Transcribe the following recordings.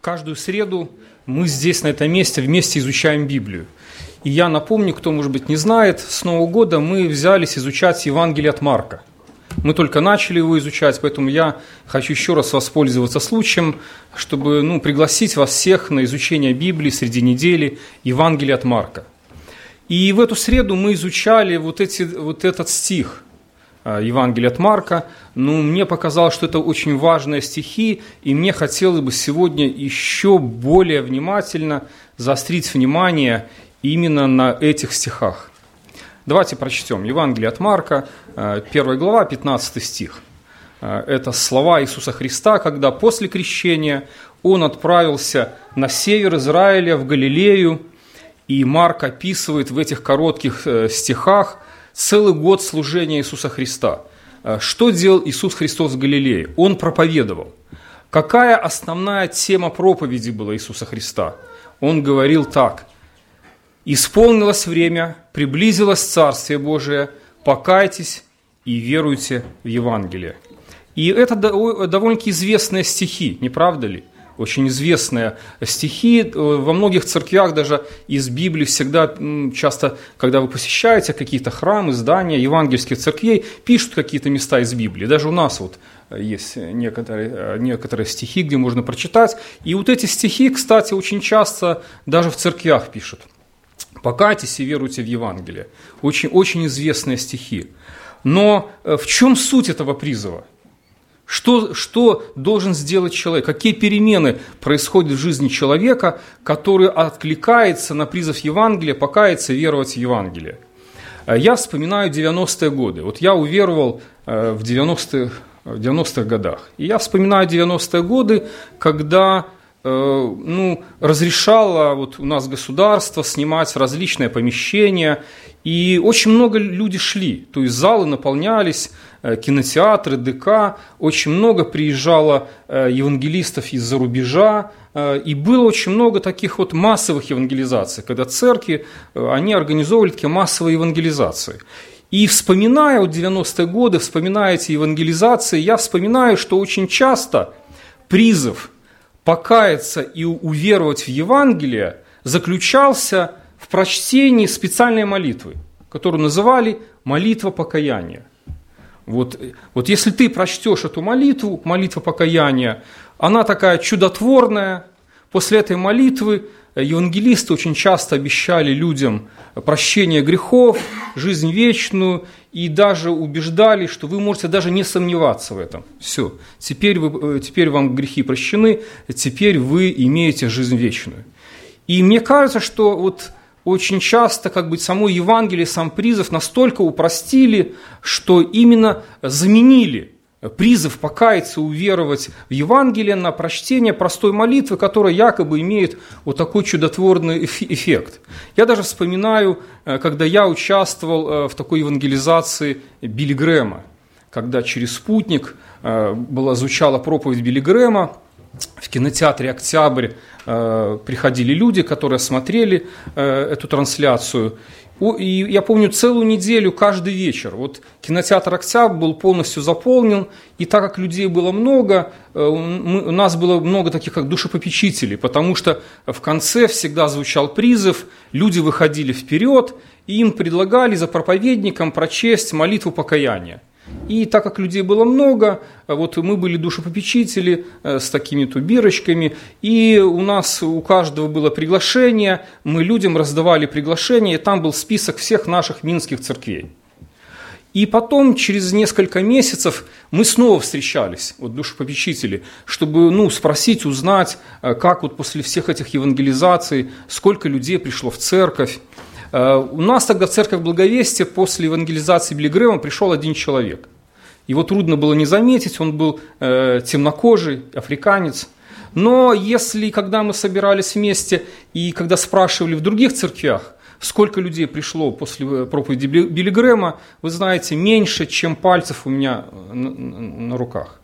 Каждую среду мы здесь, на этом месте, вместе изучаем Библию. И я напомню, кто, может быть, не знает, с Нового года мы взялись изучать Евангелие от Марка. Мы только начали его изучать, поэтому я хочу еще раз воспользоваться случаем, чтобы пригласить вас всех на изучение Библии среди недели Евангелия от Марка. И в эту среду мы изучали вот этот стих Евангелия от Марка. Мне показалось, что это очень важные стихи, и мне хотелось бы сегодня еще более внимательно заострить внимание именно на этих стихах. Давайте прочтем Евангелие от Марка, 1 глава, 15 стих. Это слова Иисуса Христа, когда после крещения Он отправился на север Израиля, в Галилею, и Марк описывает в этих коротких стихах целый год служения Иисуса Христа. Что делал Иисус Христос в Галилее? Он проповедовал. Какая основная тема проповеди была Иисуса Христа? Он говорил так: «Исполнилось время, приблизилось Царствие Божие, покайтесь и веруйте в Евангелие». И это довольно-таки известные стихи, не правда ли? Очень известные стихи. Во многих церквях, даже из Библии, всегда часто, когда вы посещаете какие-то храмы, здания евангельских церквей, пишут какие-то места из Библии. Даже у нас есть некоторые стихи, где можно прочитать. И эти стихи, кстати, очень часто даже в церквях пишут. «Покайтесь и веруйте в Евангелие». Очень, очень известные стихи. Но в чем суть этого призыва? Что должен сделать человек? Какие перемены происходят в жизни человека, который откликается на призыв Евангелия, покаяться и веровать в Евангелие? Я вспоминаю 90-е годы. Я уверовал в 90-х годах. И я вспоминаю 90-е годы, когда разрешало у нас государство снимать различные помещения, и очень много людей шли, то есть залы наполнялись, кинотеатры, ДК, очень много приезжало евангелистов из-за рубежа, и было очень много таких массовых евангелизаций, когда церкви, они организовывали такие массовые евангелизации. И вспоминая 90-е годы, вспоминая эти евангелизации, я вспоминаю, что очень часто призыв покаяться и уверовать в Евангелие заключался в прочтении специальной молитвы, которую называли «молитва покаяния». Если ты прочтешь эту молитву, молитва покаяния, она такая чудотворная. После этой молитвы евангелисты очень часто обещали людям прощение грехов, жизнь вечную, и даже убеждали, что вы можете даже не сомневаться в этом. Все, теперь вам грехи прощены, теперь вы имеете жизнь вечную. И мне кажется, что очень часто само Евангелие, сам призыв настолько упростили, что именно заменили призыв покаяться, уверовать в Евангелие на прочтение простой молитвы, которая якобы имеет такой чудотворный эффект. Я даже вспоминаю, когда я участвовал в такой евангелизации Билли Грэма, когда через спутник звучала проповедь Билли Грэма, в кинотеатре «Октябрь» приходили люди, которые смотрели эту трансляцию. И я помню, целую неделю, каждый вечер, кинотеатр «Октябрь» был полностью заполнен, и так как людей было много, у нас было много таких как душепопечителей, потому что в конце всегда звучал призыв, люди выходили вперед, и им предлагали за проповедником прочесть молитву покаяния. И так как людей было много, мы были душепопечители с такими-то бирочками, и у каждого было приглашение, мы людям раздавали приглашение, и там был список всех наших минских церквей. И потом, через несколько месяцев, мы снова встречались, душепопечители, чтобы спросить, узнать, как после всех этих евангелизаций, сколько людей пришло в церковь. У нас тогда в церковь Благовестия после евангелизации Билли Грэма пришел один человек. Его трудно было не заметить, он был темнокожий, африканец. Но когда мы собирались вместе и когда спрашивали в других церквях, сколько людей пришло после проповеди Билли Грэма, вы знаете, меньше, чем пальцев у меня на руках.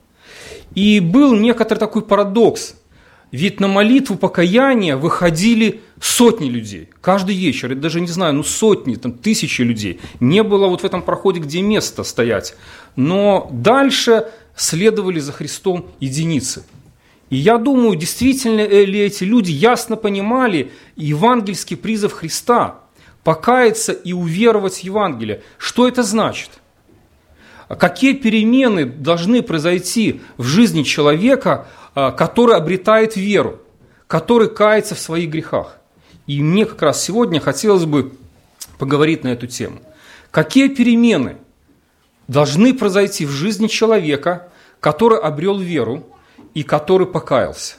И был некоторый такой парадокс. Ведь на молитву покаяния выходили сотни людей. Каждый вечер, я даже не знаю, сотни, тысячи людей. Не было в этом проходе, где место стоять. Но дальше следовали за Христом единицы. И я думаю, действительно ли эти люди ясно понимали евангельский призыв Христа – покаяться и уверовать в Евангелие. Что это значит? Какие перемены должны произойти в жизни человека, который обретает веру, который кается в своих грехах? И мне как раз сегодня хотелось бы поговорить на эту тему. Какие перемены должны произойти в жизни человека, который обрел веру и который покаялся?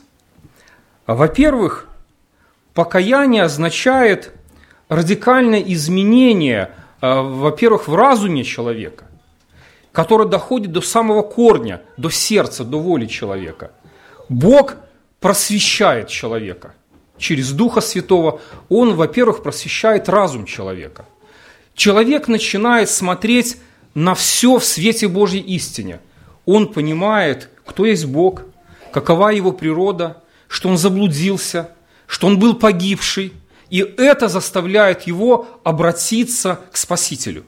Во-первых, покаяние означает радикальное изменение, во-первых, в разуме человека, которое доходит до самого корня, до сердца, до воли человека. Бог просвещает человека. Через Духа Святого Он, во-первых, просвещает разум человека. Человек начинает смотреть на все в свете Божьей истине. Он понимает, кто есть Бог, какова Его природа, что Он заблудился, что Он был погибший. И это заставляет его обратиться к Спасителю.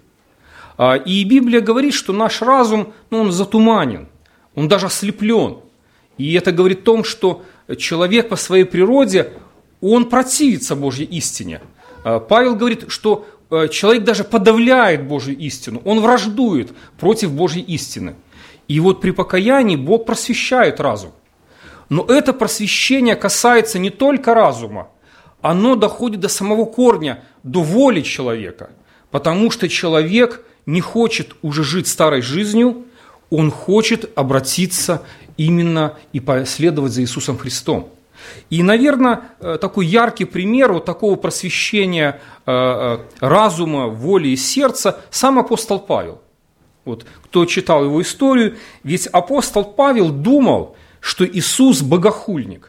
И Библия говорит, что наш разум, он затуманен, он даже ослеплен. И это говорит о том, что человек по своей природе, он противится Божьей истине. Павел говорит, что человек даже подавляет Божью истину, он враждует против Божьей истины. И вот при покаянии Бог просвещает разум. Но это просвещение касается не только разума, оно доходит до самого корня, до воли человека. Потому что человек не хочет уже жить старой жизнью, он хочет обратиться именно и последовать за Иисусом Христом. И, наверное, такой яркий пример вот такого просвещения разума, воли и сердца сам апостол Павел. Вот, кто читал его историю, ведь апостол Павел думал, что Иисус богохульник.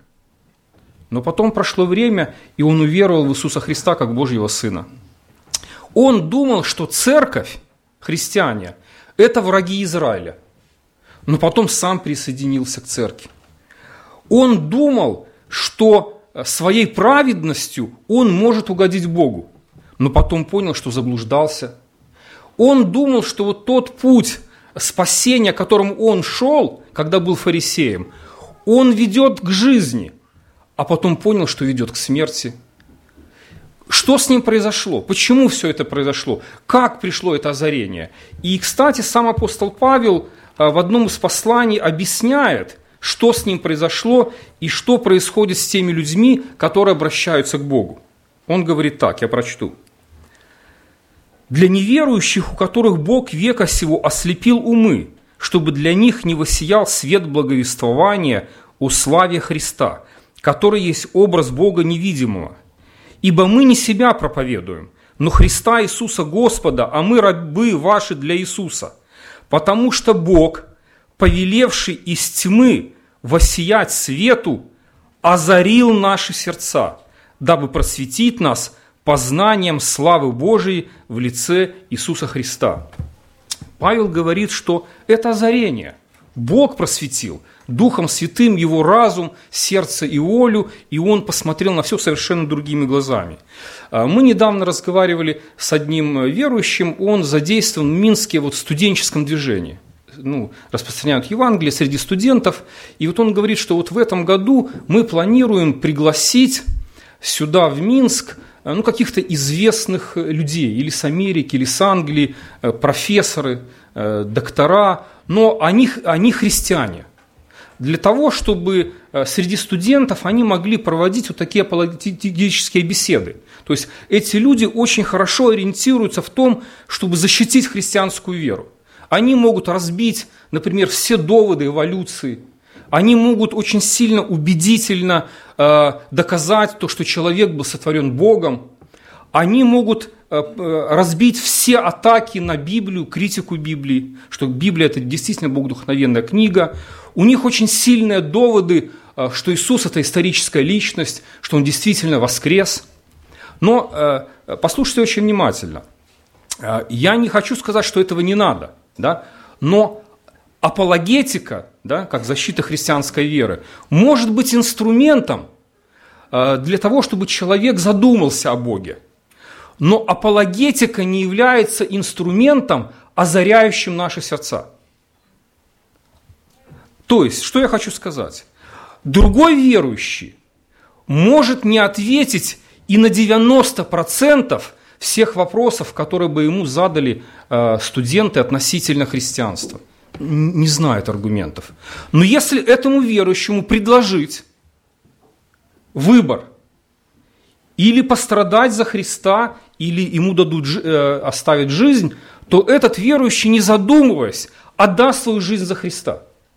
Но потом прошло время, и он уверовал в Иисуса Христа как Божьего Сына. Он думал, что церковь, христиане, это враги Израиля. Но потом сам присоединился к церкви. Он думал, что своей праведностью он может угодить Богу. Но потом понял, что заблуждался. Он думал, что вот тот путь спасения, которым он шел, когда был фарисеем, он ведет к жизни. А потом понял, что ведет к смерти. Что с ним произошло? Почему все это произошло? Как пришло это озарение? И, кстати, сам апостол Павел в одном из посланий объясняет, что с ним произошло и что происходит с теми людьми, которые обращаются к Богу. Он говорит так, я прочту. «Для неверующих, у которых Бог века сего ослепил умы, чтобы для них не воссиял свет благовествования о славе Христа, который есть образ Бога невидимого. Ибо мы не себя проповедуем, но Христа Иисуса Господа, а мы рабы ваши для Иисуса. Потому что Бог, повелевший из тьмы воссиять свету, озарил наши сердца, дабы просветить нас познанием славы Божией в лице Иисуса Христа». Павел говорит, что это озарение. Бог просветил Духом Святым его разум, сердце и волю, и он посмотрел на все совершенно другими глазами. Мы недавно разговаривали с одним верующим, он задействован в Минске в студенческом движении. Распространяют Евангелие среди студентов, и вот он говорит, что вот в этом году мы планируем пригласить сюда, в Минск, каких-то известных людей, или с Америки, или с Англии, профессоры, доктора, но они христиане. Для того, чтобы среди студентов они могли проводить вот такие апологетические беседы. То есть эти люди очень хорошо ориентируются в том, чтобы защитить христианскую веру. Они могут разбить, например, все доводы эволюции. Они могут очень сильно, убедительно доказать то, что человек был сотворен Богом. Они могут разбить все атаки на Библию, критику Библии, что Библия – это действительно богодухновенная книга. У них очень сильные доводы, что Иисус – это историческая личность, что Он действительно воскрес. Но послушайте очень внимательно. Я не хочу сказать, что этого не надо, да? Но апологетика, да, как защита христианской веры, может быть инструментом для того, чтобы человек задумался о Боге. Но апологетика не является инструментом, озаряющим наши сердца. То есть, что я хочу сказать? другой верующий может не ответить и на 90% всех вопросов, которые бы ему задали студенты относительно христианства. Не знает аргументов. Но если этому верующему предложить выбор, или пострадать за Христа, или ему дадут оставить жизнь, то этот верующий, не задумываясь, отдаст свою жизнь за Христа.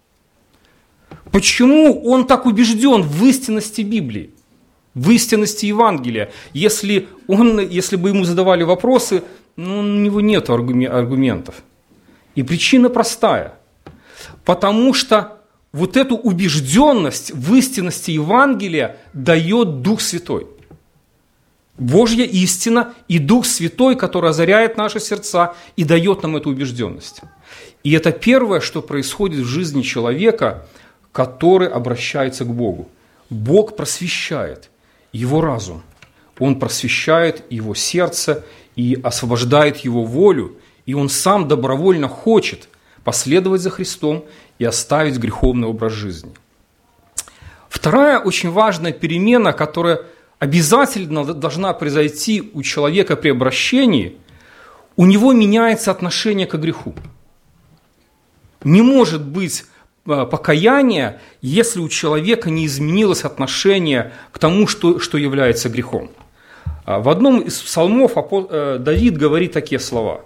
Почему он так убежден в истинности Библии, в истинности Евангелия? Если бы ему задавали вопросы, у него нет аргументов. И причина простая. Потому что вот эту убежденность в истинности Евангелия дает Дух Святой. Божья истина и Дух Святой, который озаряет наши сердца и дает нам эту убежденность. И это первое, что происходит в жизни человека, который обращается к Богу. Бог просвещает его разум, Он просвещает его сердце и освобождает его волю, и он сам добровольно хочет последовать за Христом и оставить греховный образ жизни. Вторая очень важная перемена, которая обязательно должна произойти у человека при обращении, у него меняется отношение к греху. Не может быть покаяния, если у человека не изменилось отношение к тому, что является грехом. В одном из псалмов Давид говорит такие слова: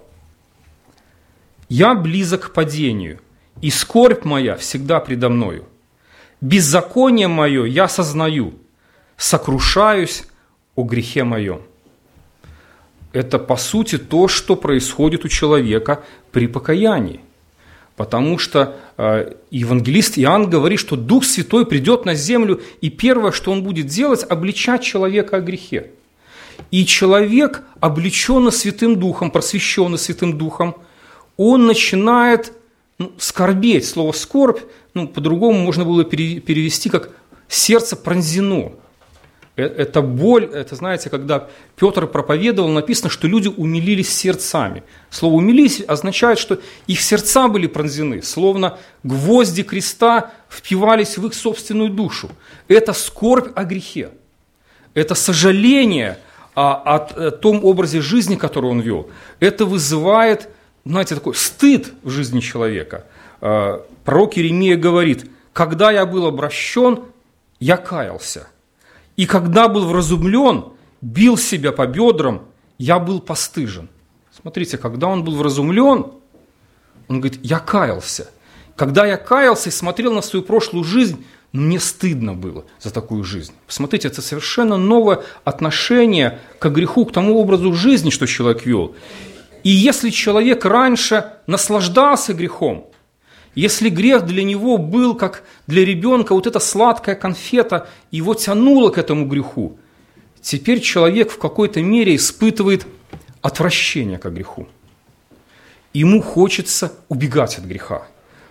«Я близок к падению, и скорбь моя всегда предо мною. Беззаконие мое я сознаю, сокрушаюсь о грехе моем». Это, по сути, то, что происходит у человека при покаянии. Потому что евангелист Иоанн говорит, что Дух Святой придет на землю, и первое, что он будет делать, обличать человека о грехе. И человек, облеченный Святым Духом, просвещенный Святым Духом, он начинает скорбеть. Слово «скорбь» по-другому можно было перевести как «сердце пронзено». Это боль, это, знаете, когда Петр проповедовал, написано, что люди умилились сердцами. Слово «умилились» означает, что их сердца были пронзены, словно гвозди креста впивались в их собственную душу. Это скорбь о грехе, это сожаление о том образе жизни, который он вел. Это вызывает, знаете, такой стыд в жизни человека. Пророк Иеремия говорит: «Когда я был обращен, я каялся. И когда был вразумлен, бил себя по бедрам, я был постыжен». Смотрите, когда он был вразумлен, он говорит: «Я каялся. Когда я каялся и смотрел на свою прошлую жизнь, мне стыдно было за такую жизнь». Посмотрите, это совершенно новое отношение к греху, к тому образу жизни, что человек вел. И если человек раньше наслаждался грехом, если грех для него был, как для ребенка, вот эта сладкая конфета, его тянуло к этому греху, теперь человек в какой-то мере испытывает отвращение к греху. Ему хочется убегать от греха.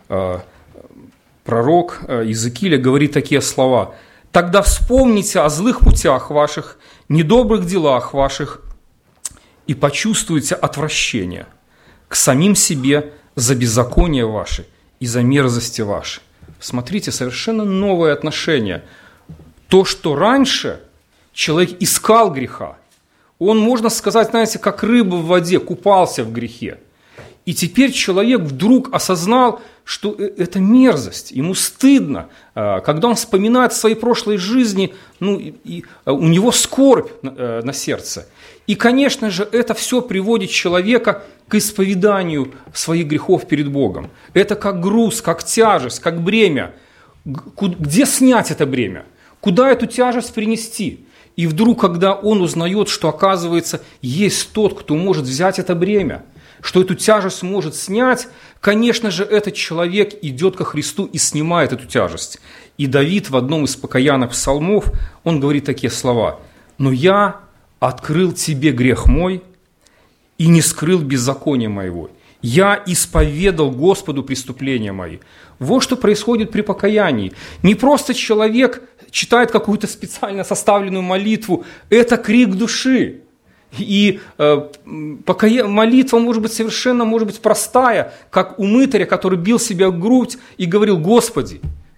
Пророк Иезекииль говорит такие слова: «Тогда вспомните о злых путях ваших, недобрых делах ваших, и почувствуйте отвращение к самим себе за беззаконие ваше и за мерзости ваши». Смотрите, совершенно новое отношение. То, что раньше человек искал греха, он, можно сказать, знаете, как рыба в воде, купался в грехе. И теперь человек вдруг осознал, что это мерзость, ему стыдно. Когда он вспоминает о своей прошлой жизни, у него скорбь на сердце. И, конечно же, это все приводит человека к исповеданию своих грехов перед Богом. Это как груз, как тяжесть, как бремя. Где снять это бремя? Куда эту тяжесть принести? И вдруг, когда он узнает, что, оказывается, есть тот, кто может взять это бремя, что эту тяжесть может снять, конечно же, этот человек идет ко Христу и снимает эту тяжесть. И Давид в одном из покаянных псалмов, он говорит такие слова: «Но я открыл тебе грех мой и не скрыл беззакония моего. Я исповедал Господу преступления мои». Вот что происходит при покаянии. Не просто человек читает какую-то специально составленную молитву, это крик души. И молитва может быть совершенно, может быть, простая, как у мытаря, который бил себя в грудь и говорил: «Господи,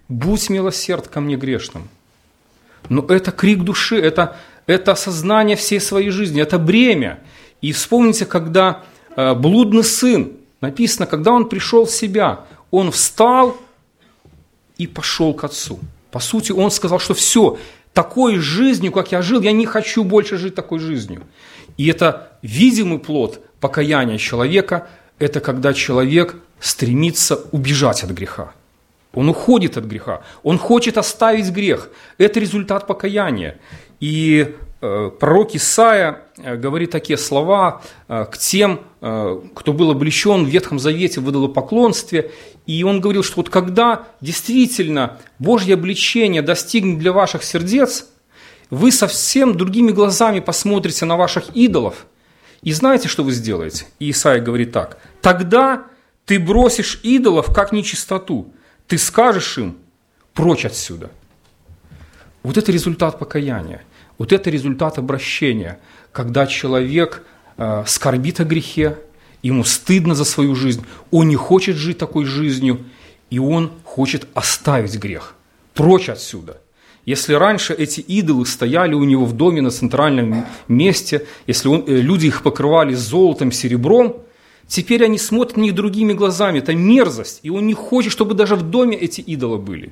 будь милосерд ко мне грешным. Но это крик души, это осознание всей своей жизни, это бремя. И вспомните, когда блудный сын, написано, когда он пришел в себя, он встал и пошел к отцу. По сути, он сказал, что все, такой жизнью, как я жил, я не хочу больше жить такой жизнью. И это видимый плод покаяния человека, это когда человек стремится убежать от греха. Он уходит от греха, он хочет оставить грех. Это результат покаяния. И пророк Исаия говорит такие слова к тем, кто был облечен в Ветхом Завете в идолопоклонстве. И он говорил, что вот когда действительно Божье обличение достигнет для ваших сердец, вы совсем другими глазами посмотрите на ваших идолов. И знаете, что вы сделаете? И Исаия говорит так. Тогда ты бросишь идолов, как нечистоту. Ты скажешь им, прочь отсюда. Вот это результат покаяния. Вот это результат обращения, когда человек скорбит о грехе, ему стыдно за свою жизнь, он не хочет жить такой жизнью, и он хочет оставить грех. Прочь отсюда. Если раньше эти идолы стояли у него в доме на центральном месте, если люди их покрывали золотом, серебром, теперь они смотрят на них другими глазами. Это мерзость, и он не хочет, чтобы даже в доме эти идолы были.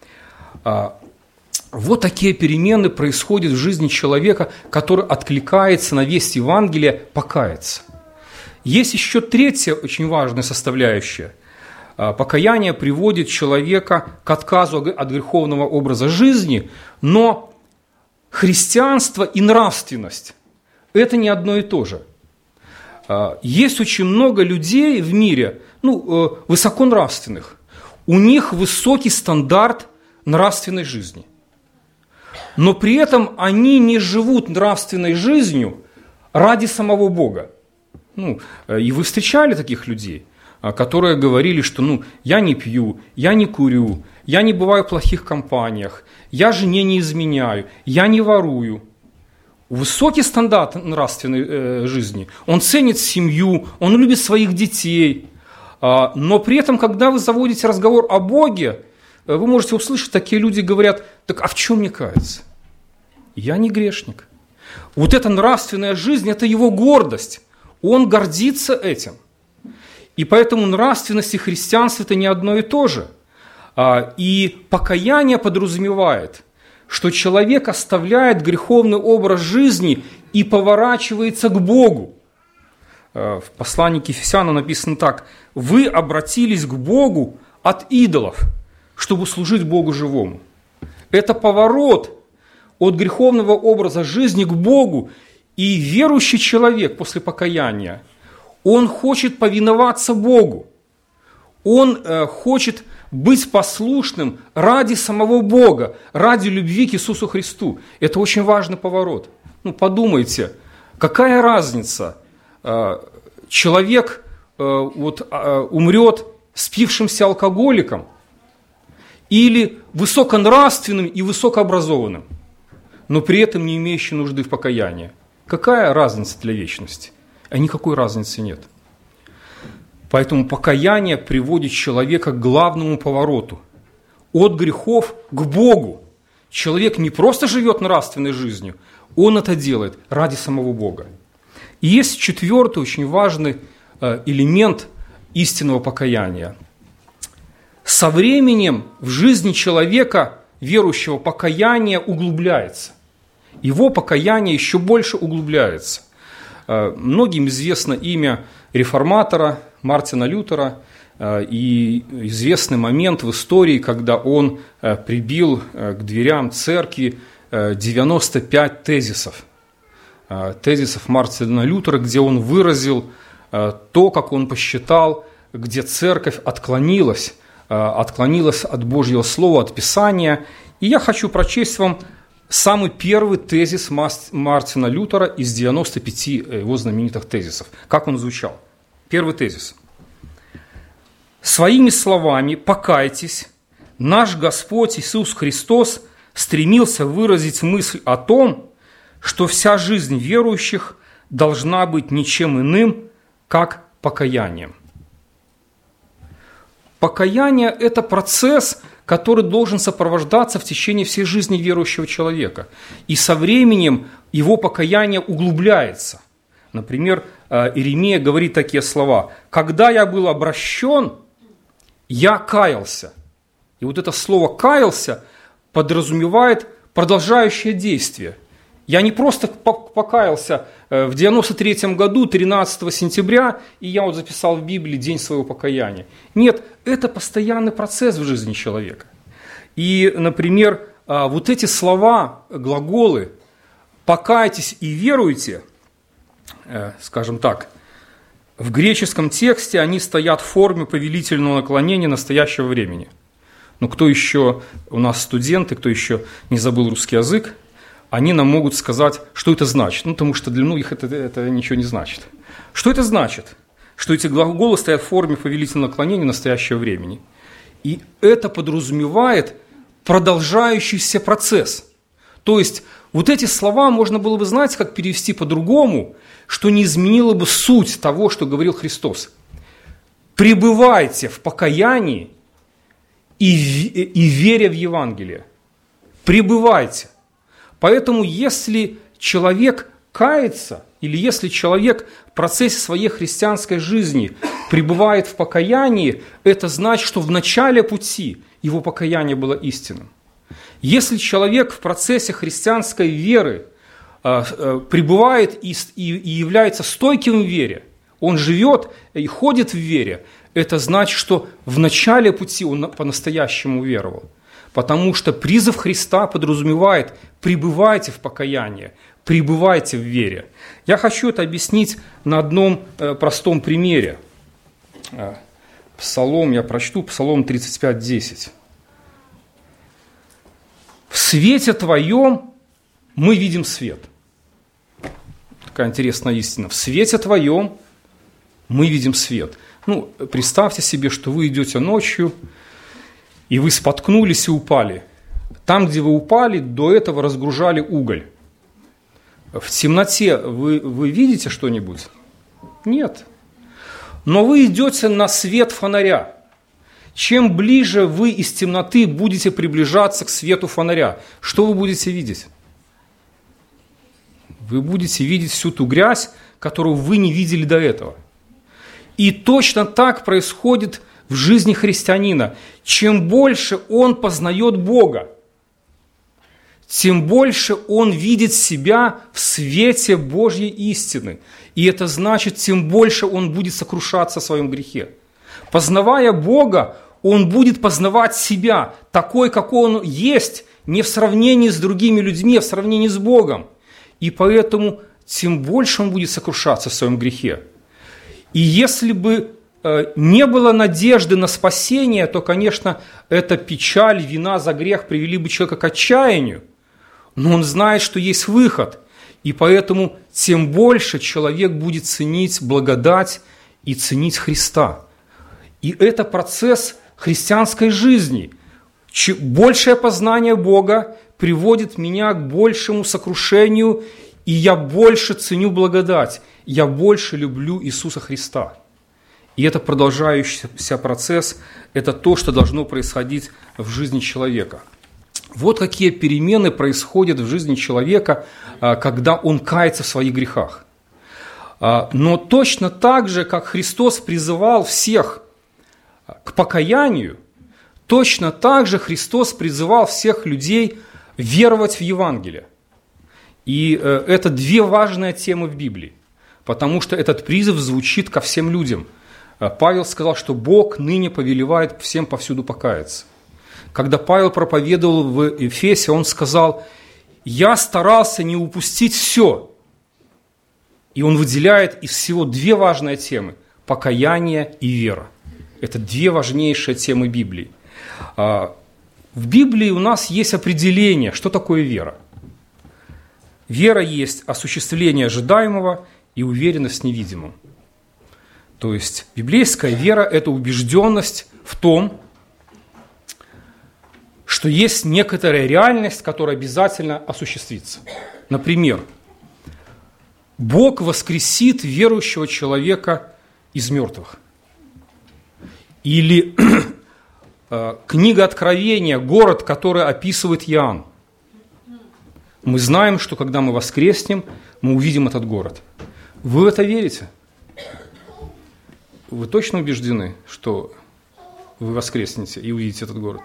Вот такие перемены происходят в жизни человека, который откликается на весть Евангелия, покаяться. Есть еще третья очень важная составляющая. Покаяние приводит человека к отказу от греховного образа жизни, но христианство и нравственность – это не одно и то же. Есть очень много людей в мире, высоконравственных. У них высокий стандарт нравственной жизни. Но при этом они не живут нравственной жизнью ради самого Бога. И вы встречали таких людей, которые говорили, что я не пью, я не курю, я не бываю в плохих компаниях, я жене не изменяю, я не ворую. Высокий стандарт нравственной жизни. Он ценит семью, он любит своих детей. Но при этом, когда вы заводите разговор о Боге, вы можете услышать, такие люди говорят, так а в чем мне каяться? Я не грешник. Вот эта нравственная жизнь, это его гордость. Он гордится этим. И поэтому нравственность и христианство – это не одно и то же. И покаяние подразумевает, что человек оставляет греховный образ жизни и поворачивается к Богу. В послании к Ефесянам написано так. «Вы обратились к Богу от идолов, чтобы служить Богу живому». Это поворот от греховного образа жизни к Богу. И верующий человек после покаяния, он хочет повиноваться Богу. Он хочет быть послушным ради самого Бога, ради любви к Иисусу Христу. Это очень важный поворот. Подумайте, какая разница, человек умрет спившимся алкоголиком или высоконравственным и высокообразованным, но при этом не имеющий нужды в покаянии. Какая разница для вечности? А никакой разницы нет. Поэтому покаяние приводит человека к главному повороту. От грехов к Богу. Человек не просто живет нравственной жизнью, он это делает ради самого Бога. И есть четвертый очень важный элемент истинного покаяния. Со временем в жизни человека, верующего, покаяние углубляется. Его покаяние еще больше углубляется. Многим известно имя реформатора Мартина Лютера и известный момент в истории, когда он прибил к дверям церкви 95 тезисов. Тезисов Мартина Лютера, где он выразил то, как он посчитал, где церковь отклонилась от Божьего Слова, от Писания. И я хочу прочесть вам самый первый тезис Мартина Лютера из 95 его знаменитых тезисов. Как он звучал? Первый тезис. «Своими словами покайтесь, наш Господь Иисус Христос стремился выразить мысль о том, что вся жизнь верующих должна быть ничем иным, как покаянием». Покаяние – это процесс, который должен сопровождаться в течение всей жизни верующего человека. И со временем его покаяние углубляется. Например, Иеремия говорит такие слова: «Когда я был обращен, я каялся». И вот это слово «каялся» подразумевает продолжающее действие. Я не просто покаялся в 93 году, 13 сентября, и я вот записал в Библии день своего покаяния. Нет, это постоянный процесс в жизни человека. И, например, вот эти слова, глаголы «покайтесь и веруйте», скажем так, в греческом тексте они стоят в форме повелительного наклонения настоящего времени. Но кто еще у нас студенты, кто еще не забыл русский язык, они нам могут сказать, что это значит. Ну, потому что для многих это ничего не значит. Что это значит? Что эти глаголы стоят в форме повелительного наклонения настоящего времени. И это подразумевает продолжающийся процесс. То есть вот эти слова можно было бы, знаете, как перевести по-другому, что не изменило бы суть того, что говорил Христос. Пребывайте в покаянии и веря в Евангелие. Пребывайте. Поэтому, если человек кается, или если человек в процессе своей христианской жизни пребывает в покаянии, это значит, что в начале пути его покаяние было истинным. Если человек в процессе христианской веры пребывает и является стойким в вере, он живет и ходит в вере, это значит, что в начале пути он по-настоящему веровал. Потому что призыв Христа подразумевает: пребывайте в покаянии, пребывайте в вере. Я хочу это объяснить на одном простом примере. Псалом, я прочту, Псалом 35:10. «В свете Твоем мы видим свет». Такая интересная истина. В свете Твоем мы видим свет. Ну, представьте себе, что вы идете ночью, и вы споткнулись и упали. Там, где вы упали, до этого разгружали уголь. В темноте вы видите что-нибудь? Нет. Но вы идете на свет фонаря. Чем ближе вы из темноты будете приближаться к свету фонаря, что вы будете видеть? Вы будете видеть всю ту грязь, которую вы не видели до этого. И точно так происходит в жизни христианина. Чем больше он познает Бога, тем больше он видит себя в свете Божьей истины. И это значит, тем больше он будет сокрушаться в своем грехе. Познавая Бога, он будет познавать себя такой, какой он есть, не в сравнении с другими людьми, а в сравнении с Богом. И поэтому тем больше он будет сокрушаться в своем грехе. И если бы не было надежды на спасение, то, конечно, эта печаль, вина за грех привели бы человека к отчаянию. Но он знает, что есть выход. И поэтому тем больше человек будет ценить благодать и ценить Христа. И это процесс христианской жизни. Большее познание Бога приводит меня к большему сокрушению, и я больше ценю благодать, я больше люблю Иисуса Христа. И это продолжающийся процесс, это то, что должно происходить в жизни человека. Вот какие перемены происходят в жизни человека, когда он кается в своих грехах. Но точно так же, как Христос призывал всех к покаянию, точно так же Христос призывал всех людей веровать в Евангелие. И это две важные темы в Библии, потому что этот призыв звучит ко всем людям. Павел сказал, что Бог ныне повелевает всем повсюду покаяться. Когда Павел проповедовал в Ефесе, он сказал: «Я старался не упустить все». И он выделяет из всего две важные темы – покаяние и вера. Это две важнейшие темы Библии. В Библии у нас есть определение, что такое вера. Вера есть осуществление ожидаемого и уверенность в невидимом. То есть библейская вера – это убежденность в том, что есть некоторая реальность, которая обязательно осуществится. Например, Бог воскресит верующего человека из мертвых. Или книга Откровения, город, который описывает Иоанн. Мы знаем, что когда мы воскреснем, мы увидим этот город. Вы в это верите? Вы точно убеждены, что вы воскреснете и увидите этот город?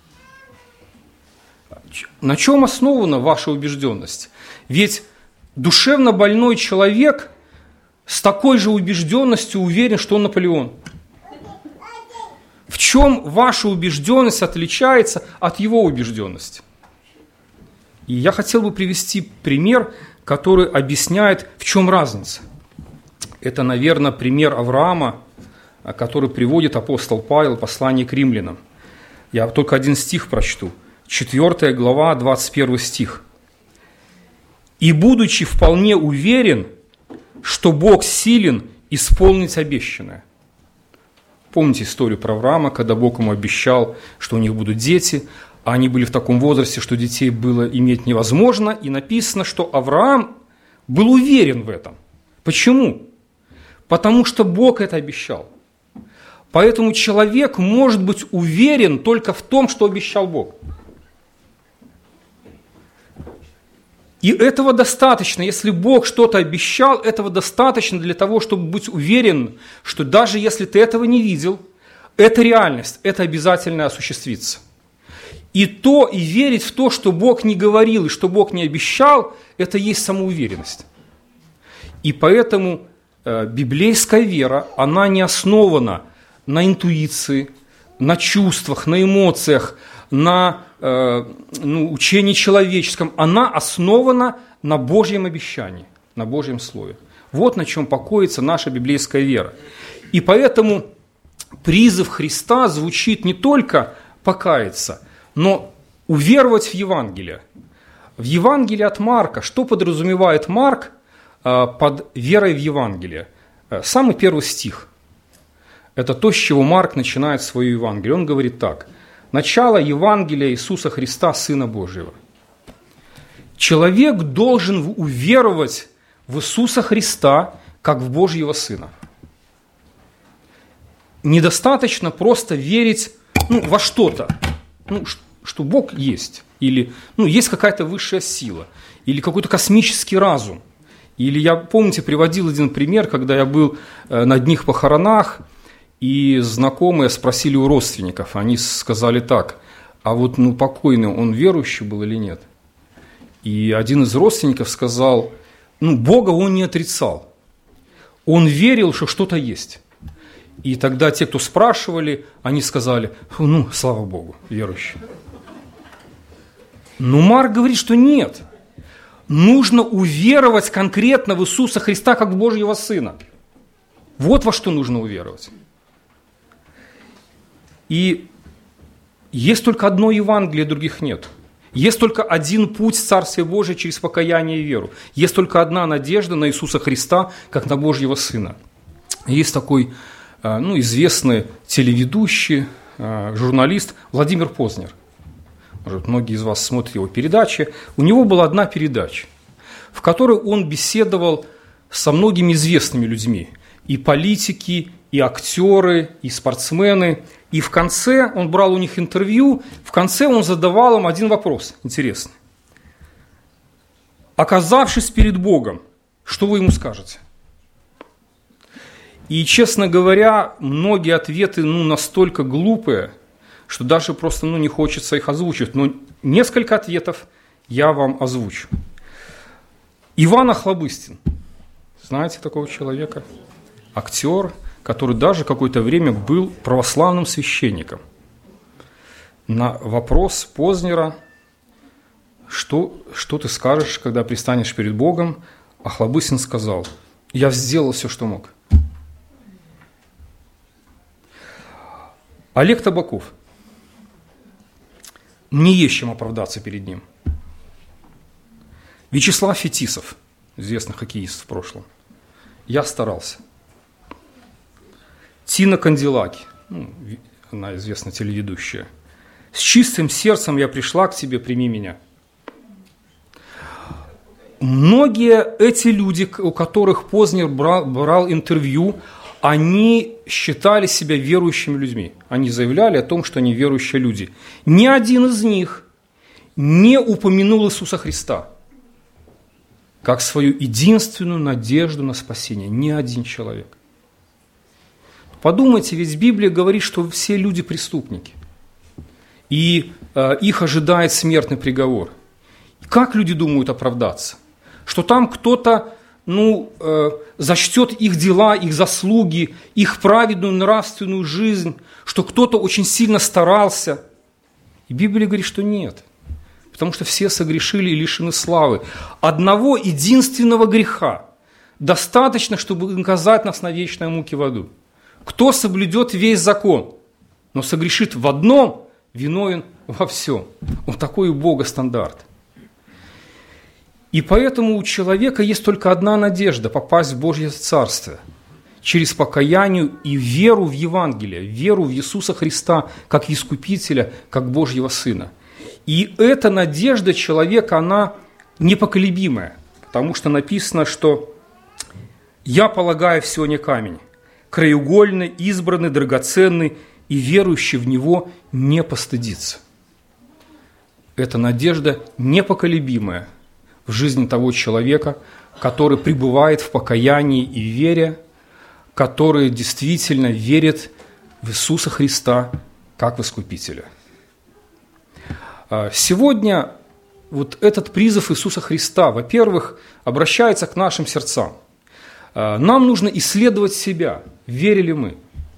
На чем основана ваша убежденность? Ведь душевно больной человек с такой же убежденностью уверен, что он Наполеон. В чем ваша убежденность отличается от его убежденности? И я хотел бы привести пример, который объясняет, в чем разница. Это, наверное, пример Авраама, который приводит апостол Павел в послании к римлянам. Я только один стих прочту. 4 глава, 21 стих. «И, будучи вполне уверен, что Бог силен исполнить обещанное». Помните историю про Авраама, когда Бог ему обещал, что у них будут дети, а они были в таком возрасте, что детей было иметь невозможно, и написано, что Авраам был уверен в этом. Почему? Потому что Бог это обещал. Поэтому человек может быть уверен только в том, что обещал Бог. И этого достаточно, если Бог что-то обещал, этого достаточно для того, чтобы быть уверен, что даже если ты этого не видел, это реальность, это обязательно осуществится. И верить в то, что Бог не говорил и что Бог не обещал, это есть самоуверенность. И поэтому библейская вера, она не основана на интуиции, на чувствах, на эмоциях, на учении человеческом. Она основана на Божьем обещании, на Божьем Слове. Вот на чем покоится наша библейская вера. И поэтому призыв Христа звучит не только покаяться, но уверовать в Евангелие. В Евангелии от Марка, что подразумевает Марк под верой в Евангелие? Самый первый стих. Это то, с чего Марк начинает свое Евангелие. Он говорит так. Начало Евангелия Иисуса Христа, Сына Божьего. Человек должен уверовать в Иисуса Христа, как в Божьего Сына. Недостаточно просто верить во что-то, что Бог есть, или есть какая-то высшая сила, или какой-то космический разум. Или я, помните, приводил один пример, когда я был на одних похоронах, и знакомые спросили у родственников, они сказали так, а вот покойный, он верующий был или нет? И один из родственников сказал, Бога он не отрицал, он верил, что что-то есть. И тогда те, кто спрашивали, они сказали, слава Богу, верующий. Но Марк говорит, что нет, нужно уверовать конкретно в Иисуса Христа, как в Божьего Сына. Вот во что нужно уверовать. И есть только одно Евангелие, других нет. Есть только один путь в Царствие Божие через покаяние и веру. Есть только одна надежда на Иисуса Христа, как на Божьего Сына. Есть такой известный телеведущий, журналист Владимир Познер. Может, многие из вас смотрят его передачи. У него была одна передача, в которой он беседовал со многими известными людьми. И политики, и актеры, и спортсмены. И в конце он брал у них интервью, в конце он задавал им один вопрос интересный. Оказавшись перед Богом, что вы ему скажете? И, честно говоря, многие ответы настолько глупые, что даже просто не хочется их озвучивать. Но несколько ответов я вам озвучу. Иван Охлобыстин. Знаете такого человека? Актер, который даже какое-то время был православным священником. На вопрос Познера, что ты скажешь, когда предстанешь перед Богом, Охлобыстин сказал, я сделал все, что мог. Олег Табаков. Мне есть чем оправдаться перед ним. Вячеслав Фетисов, известный хоккеист в прошлом. Я старался. Тина Канделаки, она известная телеведущая. С чистым сердцем я пришла к тебе, прими меня. Многие эти люди, у которых Познер брал интервью, они считали себя верующими людьми. Они заявляли о том, что они верующие люди. Ни один из них не упомянул Иисуса Христа как свою единственную надежду на спасение. Ни один человек. Подумайте, ведь Библия говорит, что все люди преступники. И их ожидает смертный приговор. Как люди думают оправдаться? Что там кто-то зачтет их дела, их заслуги, их праведную нравственную жизнь, что кто-то очень сильно старался. И Библия говорит, что нет. Потому что все согрешили и лишены славы. Одного единственного греха достаточно, чтобы наказать нас на вечной муке в аду. Кто соблюдет весь закон, но согрешит в одном, виновен во всем. Вот такой у Бога стандарт. И поэтому у человека есть только одна надежда – попасть в Божье Царствие через покаяние и веру в Евангелие, веру в Иисуса Христа как Искупителя, как Божьего Сына. И эта надежда человека, она непоколебимая, потому что написано, что «Я полагаю все не камень, краеугольный, избранный, драгоценный, и верующий в Него не постыдится». Эта надежда непоколебимая в жизни того человека, который пребывает в покаянии и вере, который действительно верит в Иисуса Христа как в Искупителя. Сегодня вот этот призыв Иисуса Христа, во-первых, обращается к нашим сердцам. Нам нужно исследовать себя, верили мы.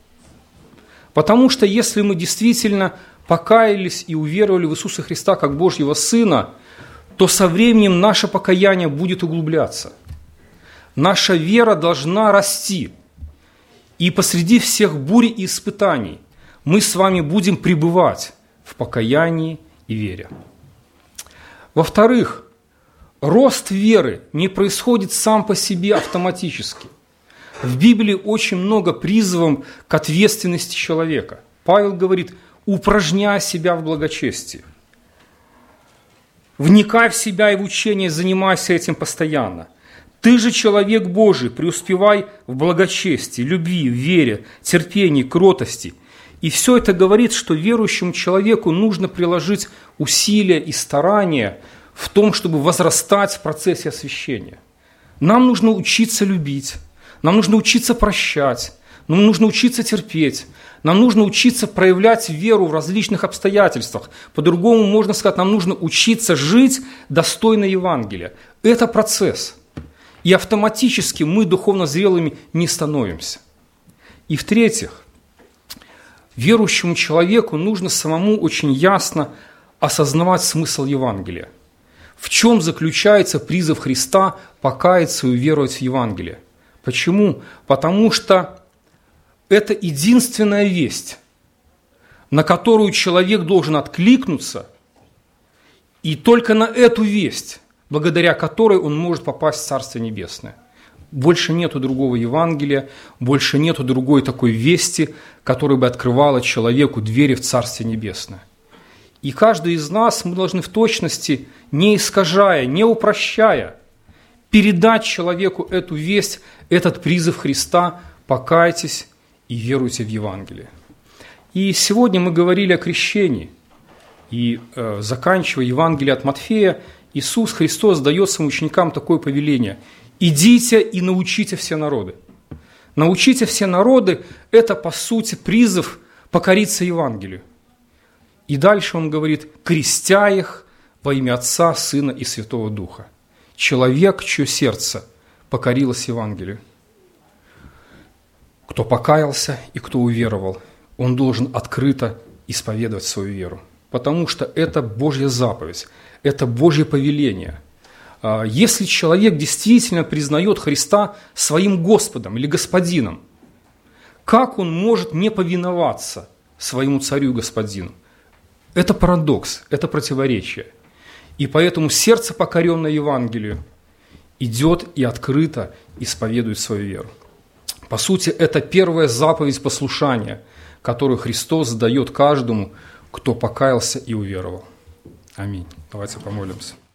Потому что если мы действительно покаялись и уверовали в Иисуса Христа как Божьего Сына, то со временем наше покаяние будет углубляться. Наша вера должна расти. И посреди всех бурь и испытаний мы с вами будем пребывать в покаянии и вере. Во-вторых, рост веры не происходит сам по себе автоматически. В Библии очень много призывов к ответственности человека. Павел говорит: упражняй себя в благочестии. Вникай в себя и в учение, занимайся этим постоянно. Ты же человек Божий, преуспевай в благочестии, любви, вере, терпении, кротости. И все это говорит, что верующему человеку нужно приложить усилия и старания в том, чтобы возрастать в процессе освящения. Нам нужно учиться любить, нам нужно учиться прощать, нам нужно учиться терпеть, нам нужно учиться проявлять веру в различных обстоятельствах. По-другому можно сказать, нам нужно учиться жить достойно Евангелия. Это процесс. И автоматически мы духовно зрелыми не становимся. И в-третьих, верующему человеку нужно самому очень ясно осознавать смысл Евангелия. В чем заключается призыв Христа покаяться и уверовать в Евангелие? Почему? Потому что это единственная весть, на которую человек должен откликнуться, и только на эту весть, благодаря которой он может попасть в Царствие Небесное. Больше нету другого Евангелия, больше нету другой такой вести, которая бы открывала человеку двери в Царствие Небесное. И каждый из нас, мы должны в точности, не искажая, не упрощая, передать человеку эту весть, этот призыв Христа: покайтесь и веруйте в Евангелие. И сегодня мы говорили о крещении. И заканчивая Евангелие от Матфея, Иисус Христос дает своим ученикам такое повеление: идите и научите все народы. Научите все народы – это, по сути, призыв покориться Евангелию. И дальше он говорит: крестя их во имя Отца, Сына и Святого Духа. Человек, чье сердце покорилось Евангелию. Кто покаялся и кто уверовал, он должен открыто исповедовать свою веру. Потому что это Божья заповедь, это Божье повеление. Если человек действительно признает Христа своим Господом или Господином, как он может не повиноваться своему царю и господину? Это парадокс, это противоречие. И поэтому сердце, покоренное Евангелию, идет и открыто исповедует свою веру. По сути, это первая заповедь послушания, которую Христос дает каждому, кто покаялся и уверовал. Аминь. Давайте помолимся.